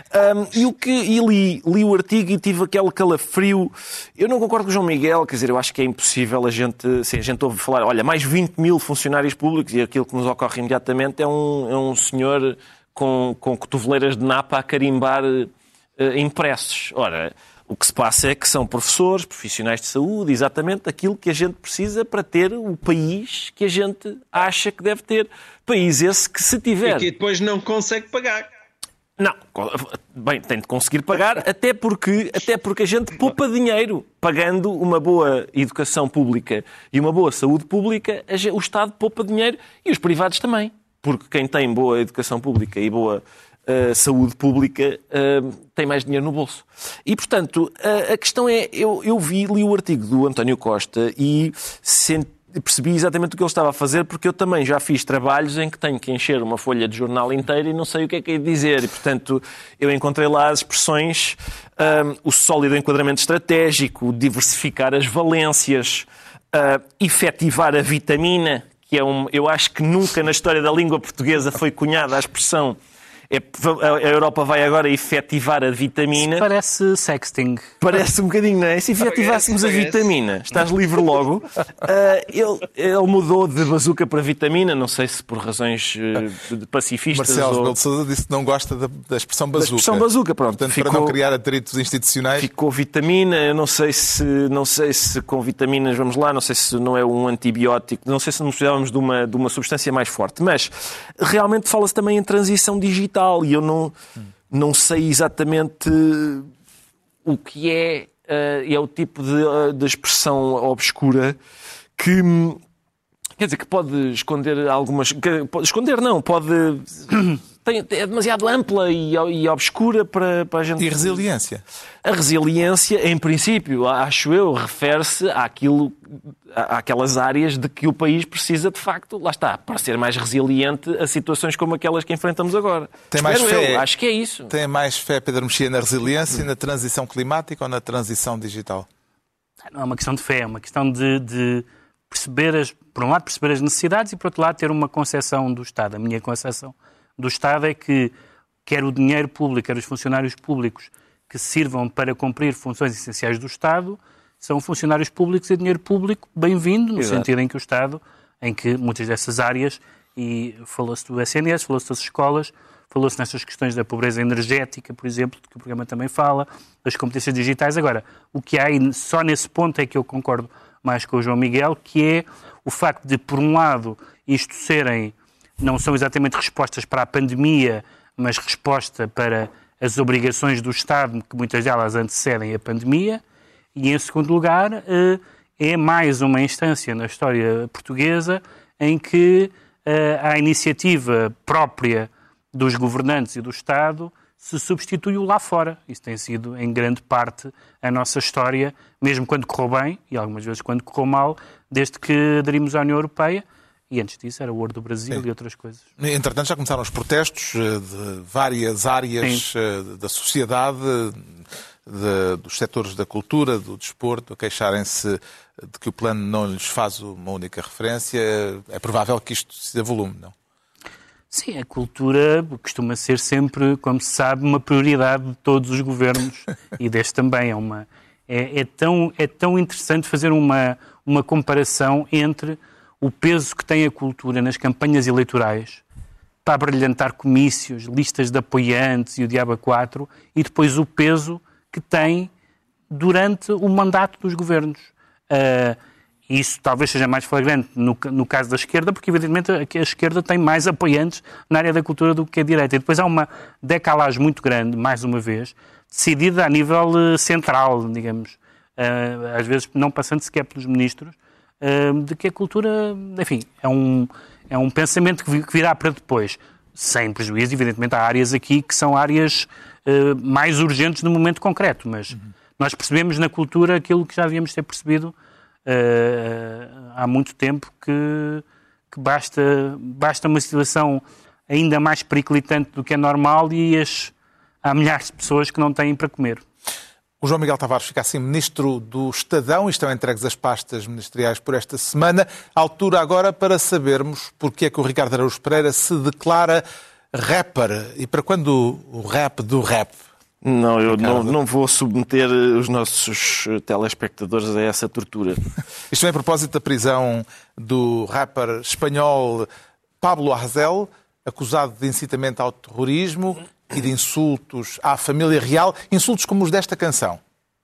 Li o artigo e tive aquele calafrio. Eu não concordo com o João Miguel, quer dizer, eu acho que é impossível a gente ouve falar, olha, mais 20 mil funcionários públicos, e aquilo que nos ocorre imediatamente é um senhor com cotoveleiras de napa a carimbar impressos. Ora, o que se passa é que são professores, profissionais de saúde, exatamente aquilo que a gente precisa para ter o país que a gente acha que deve ter. País esse que, se tiver... E que depois não consegue pagar. Não, bem, tem de conseguir pagar, até porque a gente poupa dinheiro. Pagando uma boa educação pública e uma boa saúde pública, o Estado poupa dinheiro e os privados também. Porque quem tem boa educação pública e boa saúde pública tem mais dinheiro no bolso. E, portanto, a questão é, li o artigo do António Costa e percebi exatamente o que ele estava a fazer, porque eu também já fiz trabalhos em que tenho que encher uma folha de jornal inteira e não sei o que é de dizer. E, portanto, eu encontrei lá as expressões, o sólido enquadramento estratégico, diversificar as valências, efetivar a vitamina, que eu acho que nunca na história da língua portuguesa foi cunhada a expressão a Europa vai agora efetivar a vitamina. Isso parece sexting. Parece um bocadinho, não é? Se efetivássemos a vitamina, estás livre logo. Ele mudou de bazuca para vitamina, não sei se por razões pacifistas. Marcelo Rebelo ou... de Sousa disse que não gosta da expressão bazuca. Da expressão bazuca, pronto. Portanto, para não criar atritos institucionais. Ficou vitamina, eu não sei se com vitaminas, vamos lá, não sei se não é um antibiótico, não sei se nos precisávamos de uma substância mais forte, mas realmente fala-se também em transição digital e eu não sei exatamente o que é o tipo de expressão obscura que... Quer dizer, que pode esconder algumas... Pode esconder, não. Pode... É demasiado ampla e obscura para a gente... E resiliência? A resiliência, em princípio, acho eu, refere-se àquelas áreas de que o país precisa, de facto, lá está, para ser mais resiliente a situações como aquelas que enfrentamos agora. Tem mais fé? Acho que é isso. Tem mais fé, Pedro Mexia, na resiliência, na transição climática ou na transição digital? Não é uma questão de fé, é uma questão de perceber, por um lado, perceber as necessidades e, por outro lado, ter uma concepção do Estado. A minha concepção do Estado é que quer o dinheiro público, quer os funcionários públicos que sirvam para cumprir funções essenciais do Estado, são funcionários públicos e dinheiro público bem-vindo, no Exato. sentido em que o Estado, em que muitas dessas áreas, e falou-se do SNS, falou-se das escolas, falou-se nestas questões da pobreza energética, por exemplo, que o programa também fala, das competências digitais. Agora, o que há, e só nesse ponto é que eu concordo mais com o João Miguel, que é o facto de, por um lado, isto não são exatamente respostas para a pandemia, mas resposta para as obrigações do Estado, que muitas delas antecedem a pandemia, e, em segundo lugar, é mais uma instância na história portuguesa em que a iniciativa própria dos governantes e do Estado se substituiu lá fora. Isso tem sido, em grande parte, a nossa história, mesmo quando correu bem, e algumas vezes quando correu mal, desde que aderimos à União Europeia. E antes disso era o ouro do Brasil e outras coisas. Entretanto, já começaram os protestos de várias áreas da sociedade, dos setores da cultura, do desporto, a queixarem-se de que o plano não lhes faz uma única referência. É provável que isto se dê volume, não? Sim, a cultura costuma ser sempre, como se sabe, uma prioridade de todos os governos e deste também. É tão interessante fazer uma comparação entre o peso que tem a cultura nas campanhas eleitorais para brilhantar comícios, listas de apoiantes e o diabo a quatro, e depois o peso que tem durante o mandato dos governos. Isso talvez seja mais flagrante no caso da esquerda, porque evidentemente a esquerda tem mais apoiantes na área da cultura do que a direita. E depois há uma decalagem muito grande, mais uma vez, decidida a nível central, digamos, às vezes não passando sequer pelos ministros, de que a cultura, enfim, é um pensamento que virá para depois, sem prejuízo. Evidentemente há áreas aqui que são áreas mais urgentes no momento concreto, mas nós percebemos na cultura aquilo que já devíamos ter percebido há muito tempo, que basta uma situação ainda mais periclitante do que é normal e há milhares de pessoas que não têm para comer. O João Miguel Tavares fica assim Ministro do Estadão e estão entregues as pastas ministeriais por esta semana. Altura agora para sabermos porque é que o Ricardo Araújo Pereira se declara rapper. E para quando o rap do rap? Não, eu não vou submeter os nossos telespectadores a essa tortura. Isto é a propósito da prisão do rapper espanhol Pablo Hasél, acusado de incitamento ao terrorismo e de insultos à família real, insultos como os desta canção.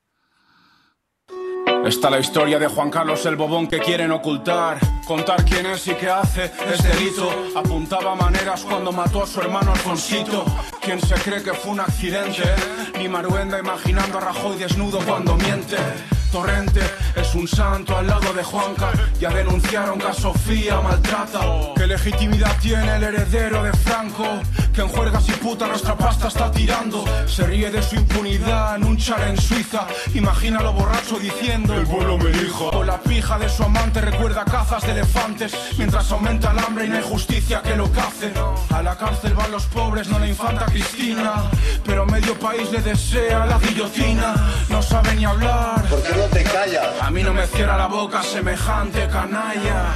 Está la historia de Juan Carlos el Bobón que quieren ocultar. Contar quién es y qué hace es delito. Apuntaba maneras cuando mató a su hermano Alfonsito. ¿Quién se cree que fue un accidente? Ni Maruenda imaginando a Rajoy desnudo cuando miente. Torrente es un santo al lado de Juanca. Ya denunciaron que a Sofía maltrata. ¿Qué legitimidad tiene el heredero de Franco? Que en juergas y puta nuestra pasta está tirando. Se ríe de su impunidad en un chalet en Suiza. Imagínalo borracho diciendo: el pueblo me dijo. Con la pija de su amante recuerda cazas de elefantes. Mientras aumenta el hambre y no hay justicia que lo cace. A la cárcel van los pobres, no la infanta Cristina. Pero medio país le desea la guillotina. No sabe ni hablar. ¿Por qué no te callas? A mí no me cierra la boca semejante canalla.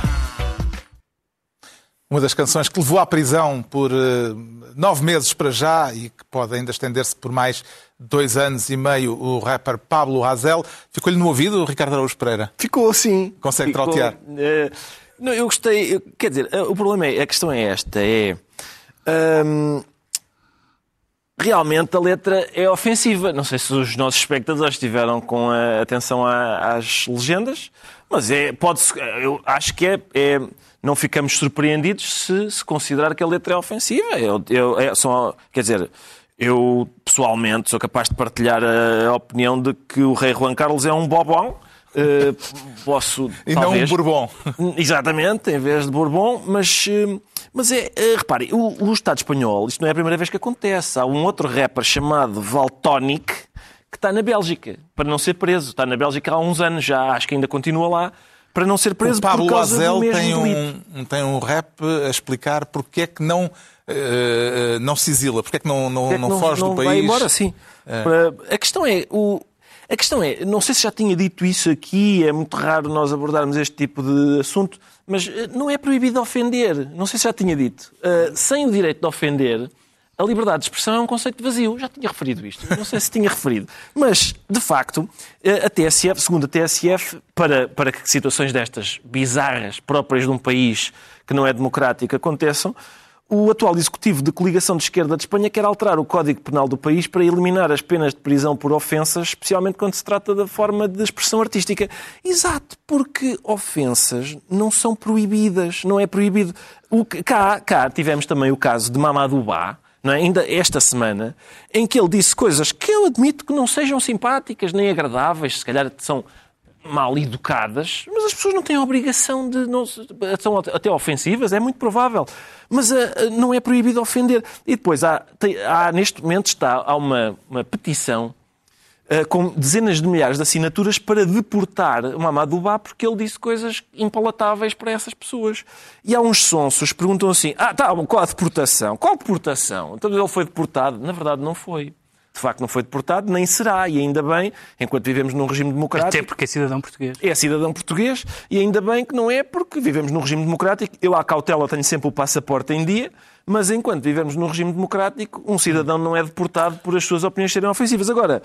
Uma das canções que levou à prisão por 9 meses para já e que pode ainda estender-se por mais 2 anos e meio, o rapper Pablo Hasél. Ficou-lhe no ouvido, Ricardo Araújo Pereira? Ficou assim. Consegue trautear? Não, eu gostei. Quer dizer, o problema é, a questão é esta, realmente a letra é ofensiva. Não sei se os nossos espectadores estiveram com a atenção às legendas, mas eu acho que não ficamos surpreendidos se considerar que a letra é ofensiva. Quer dizer, eu pessoalmente sou capaz de partilhar a opinião de que o rei Juan Carlos é um bobão. Posso, e talvez, não um Bourbon. Exatamente, em vez de Bourbon, mas repare, o Estado espanhol, isto não é a primeira vez que acontece. Há um outro rapper chamado Valtonic que está na Bélgica, para não ser preso. Está na Bélgica há uns anos já, acho que ainda continua lá, para não ser preso por causa do mesmo delito. Tem um rap a explicar porque é que não se exila, porque é que não foge do país. Vai embora, sim. A questão é, não sei se já tinha dito isso aqui, é muito raro nós abordarmos este tipo de assunto, mas não é proibido ofender. Não sei se já tinha dito. Sem o direito de ofender, a liberdade de expressão é um conceito vazio. Já tinha referido isto. Não sei se tinha referido. Mas, de facto, a TSF, segundo a TSF, para que situações destas bizarras, próprias de um país que não é democrático, aconteçam, o atual executivo de coligação de esquerda de Espanha quer alterar o Código Penal do país para eliminar as penas de prisão por ofensas, especialmente quando se trata da forma de expressão artística. Exato, porque ofensas não são proibidas, não é proibido. Cá tivemos também o caso de Mamadou Ba, não é? Ainda esta semana, em que ele disse coisas que eu admito que não sejam simpáticas nem agradáveis, se calhar são mal educadas, mas as pessoas não têm a obrigação de... São até ofensivas, é muito provável. Mas não é proibido ofender. E depois, neste momento, há uma petição com dezenas de milhares de assinaturas para deportar o Mamadou Ba porque ele disse coisas impalatáveis para essas pessoas. E há uns sonsos que perguntam assim, qual a deportação? Qual deportação? Então ele foi deportado. Na verdade, não foi. De facto, não foi deportado, nem será. E ainda bem, enquanto vivemos num regime democrático... Até porque é cidadão português. É cidadão português. E ainda bem que não é, porque vivemos num regime democrático. Eu, à cautela, tenho sempre o passaporte em dia. Mas enquanto vivemos num regime democrático, um cidadão não é deportado por as suas opiniões serem ofensivas. Agora,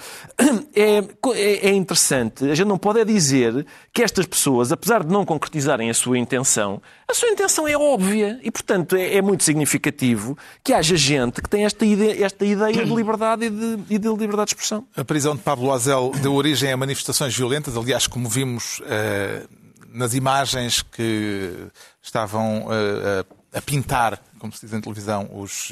é interessante. A gente não pode dizer que estas pessoas, apesar de não concretizarem a sua intenção é óbvia. E, portanto, é muito significativo que haja gente que tem esta ideia de liberdade e de liberdade de expressão. A prisão de Pablo Hasél deu origem a manifestações violentas. Aliás, como vimos nas imagens que estavam a pintar, como se diz em televisão,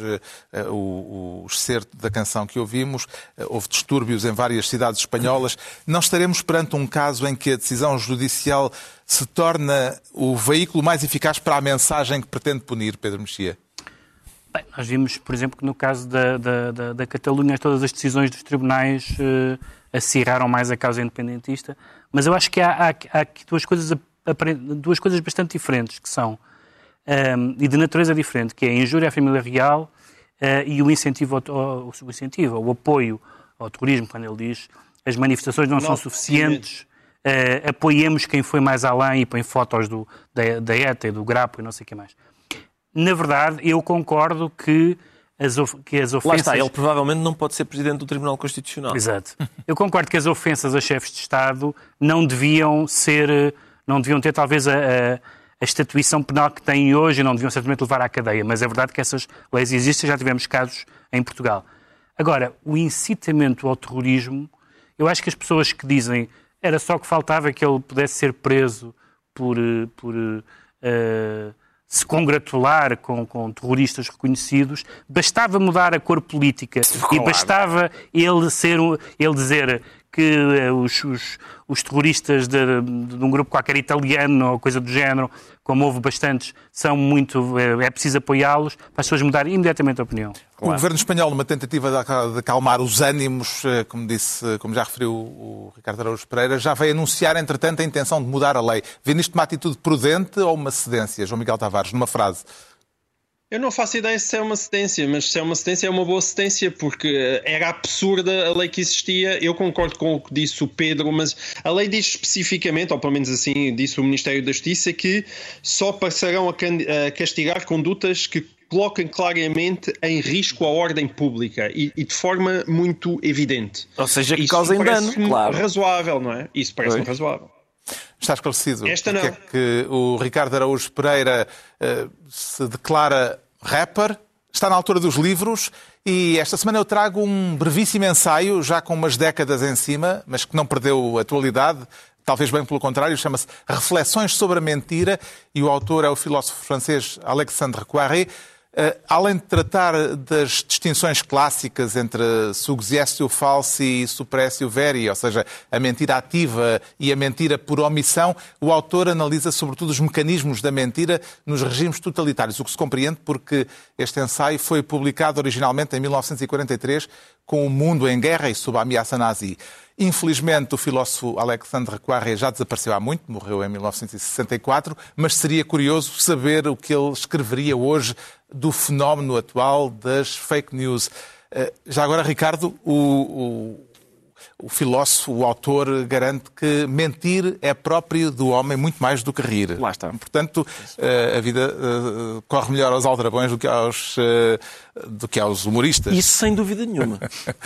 o excerto da canção que ouvimos. Houve distúrbios em várias cidades espanholas. Não estaremos perante um caso em que a decisão judicial se torna o veículo mais eficaz para a mensagem que pretende punir, Pedro Mexia? Bem, nós vimos, por exemplo, que no caso da Catalunha todas as decisões dos tribunais acirraram mais a causa independentista, mas eu acho que há aqui duas coisas bastante diferentes, que são e de natureza diferente, que é a injúria à família real e o incentivo, o apoio ao terrorismo, quando ele diz as manifestações não são suficientes, apoiemos quem foi mais além e põe fotos da ETA e do Grapo e não sei o que mais. Na verdade, eu concordo que as ofensas... Lá está, ele provavelmente não pode ser Presidente do Tribunal Constitucional. Exato. Eu concordo que as ofensas a chefes de Estado não deviam ter talvez a estatuição penal que têm hoje e não deviam certamente levar à cadeia, mas é verdade que essas leis existem, já tivemos casos em Portugal. Agora, o incitamento ao terrorismo, eu acho que as pessoas que dizem era só que faltava que ele pudesse ser preso por se congratular com terroristas reconhecidos, bastava mudar a cor política e bastava ele dizer que os terroristas de um grupo qualquer italiano ou coisa do género, como houve bastantes, são muito... É preciso apoiá-los para as pessoas mudarem imediatamente a opinião. O governo espanhol, numa tentativa de acalmar os ânimos, como já referiu o Ricardo Araújo Pereira, já veio anunciar, entretanto, a intenção de mudar a lei. Vê nisto uma atitude prudente ou uma cedência, João Miguel Tavares, numa frase? Eu não faço ideia se é uma cedência, mas se é uma cedência é uma boa cedência, porque era absurda a lei que existia. Eu concordo com o que disse o Pedro, mas a lei diz especificamente, ou pelo menos assim disse o Ministério da Justiça, que só passarão a castigar condutas que coloquem claramente em risco a ordem pública e de forma muito evidente. Ou seja, que causem dano, claro. Razoável, não é? Isso parece-me razoável. Está esclarecido. Esta não. Porque é que o Ricardo Araújo Pereira se declara rapper, está na altura dos livros e esta semana eu trago um brevíssimo ensaio, já com umas décadas em cima, mas que não perdeu atualidade, talvez bem pelo contrário, chama-se Reflexões sobre a Mentira e o autor é o filósofo francês Alexandre Coiré. Além de tratar das distinções clássicas entre suggesitio falsi e suppressio veri, ou seja, a mentira ativa e a mentira por omissão, o autor analisa sobretudo os mecanismos da mentira nos regimes totalitários, o que se compreende porque este ensaio foi publicado originalmente em 1943 com o mundo em guerra e sob a ameaça nazi. Infelizmente, o filósofo Alexandre Coiré já desapareceu há muito, morreu em 1964, mas seria curioso saber o que ele escreveria hoje do fenómeno atual das fake news. Já agora, Ricardo, o filósofo, o autor, garante que mentir é próprio do homem muito mais do que rir. Lá está. Portanto, a vida corre melhor aos aldrabões do que aos humoristas. Isso sem dúvida nenhuma.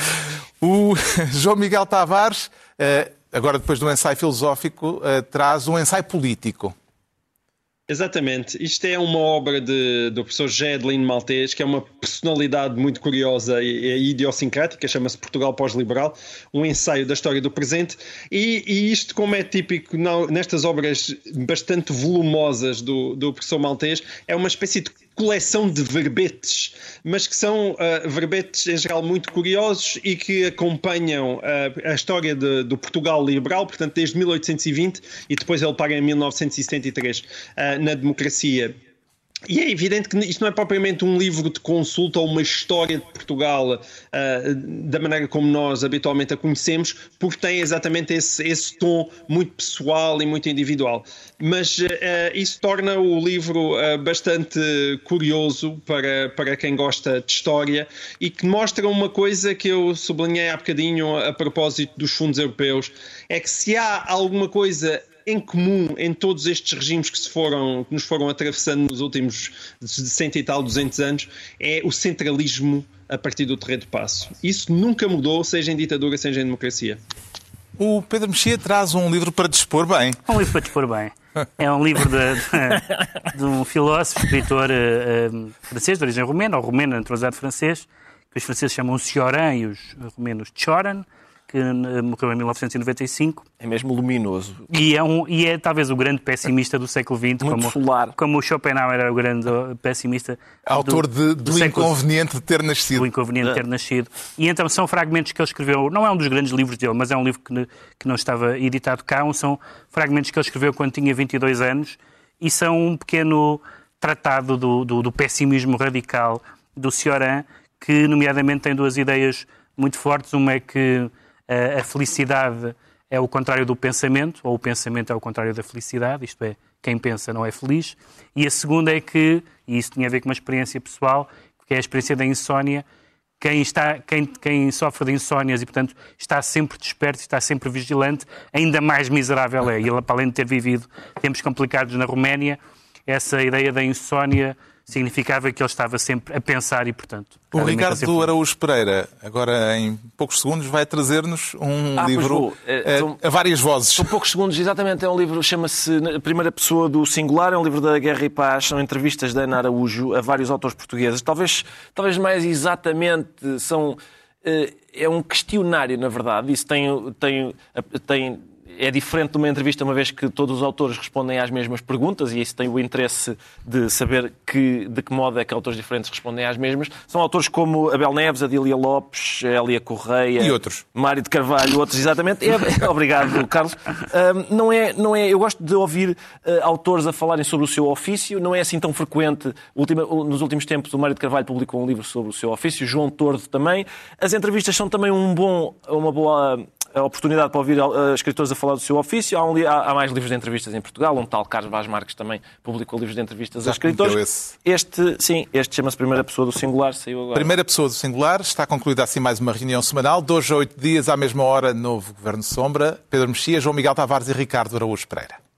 O João Miguel Tavares, agora depois do ensaio filosófico, traz um ensaio político. Exatamente. Isto é uma obra do professor Gedelin Maltês, que é uma personalidade muito curiosa e idiosincrática, chama-se Portugal Pós-Liberal, um ensaio da história do presente. E isto, como é típico nestas obras bastante volumosas do professor Maltês, é uma espécie de coleção de verbetes, mas que são verbetes em geral muito curiosos e que acompanham a história do Portugal liberal, portanto desde 1820 e depois ele para em 1973 na democracia. E é evidente que isto não é propriamente um livro de consulta ou uma história de Portugal da maneira como nós habitualmente a conhecemos, porque tem exatamente esse tom muito pessoal e muito individual. Mas isso torna o livro bastante curioso para quem gosta de história e que mostra uma coisa que eu sublinhei há bocadinho a propósito dos fundos europeus, é que se há alguma coisa em comum em todos estes regimes que nos foram atravessando nos últimos 100 e tal, 200 anos, é o centralismo a partir do Terreiro de Paço. Isso nunca mudou, seja em ditadura, seja em democracia. O Pedro Mexia traz um livro para dispor bem. Um livro para dispor bem. É um livro de um filósofo, escritor francês, de origem romena, ou romena, naturalizado francês, que os franceses chamam Cioran e os romenos Choran, que morreu em 1995. É mesmo luminoso. E é talvez o grande pessimista do século XX, como o Schopenhauer era o grande pessimista. Autor do inconveniente de ter nascido. Do inconveniente de ter nascido. E então são fragmentos que ele escreveu, não é um dos grandes livros dele, mas é um livro que não estava editado cá, são fragmentos que ele escreveu quando tinha 22 anos e são um pequeno tratado do pessimismo radical do Cioran, que nomeadamente tem duas ideias muito fortes. Uma é que a felicidade é o contrário do pensamento, ou o pensamento é o contrário da felicidade, isto é, quem pensa não é feliz. E a segunda é que, e isso tinha a ver com uma experiência pessoal, que é a experiência da insónia, quem sofre de insónias e, portanto, está sempre desperto, está sempre vigilante, ainda mais miserável é. E ele, para além de ter vivido tempos complicados na Roménia, essa ideia da insónia significava que ele estava sempre a pensar e, portanto... O Ricardo Araújo Pereira, agora em poucos segundos, vai trazer-nos um livro a várias vozes. São poucos segundos, exatamente. É um livro, chama-se A Primeira Pessoa do Singular, é um livro da Guerra e Paz, são entrevistas da Ana Araújo a vários autores portugueses. Talvez mais exatamente são... É um questionário, na verdade. Isso é diferente de uma entrevista, uma vez que todos os autores respondem às mesmas perguntas, e isso tem o interesse de saber de que modo é que autores diferentes respondem às mesmas. São autores como Abel Neves, Adília Lopes, Hélia Correia... E outros. Mário de Carvalho, outros, exatamente. Obrigado, Carlos. Não é, eu gosto de ouvir autores a falarem sobre o seu ofício, não é assim tão frequente. Nos últimos tempos, o Mário de Carvalho publicou um livro sobre o seu ofício, João Tordo também. As entrevistas são também uma boa oportunidade para ouvir escritores a falar do seu ofício. Há mais livros de entrevistas em Portugal, um tal Carlos Vaz Marques também publicou livros de entrevistas a escritores. Este chama-se Primeira Pessoa do Singular, saiu agora. Primeira Pessoa do Singular, está concluída assim mais uma reunião semanal, 2 a 8 dias, à mesma hora, novo Governo Sombra, Pedro Mexia, João Miguel Tavares e Ricardo Araújo Pereira.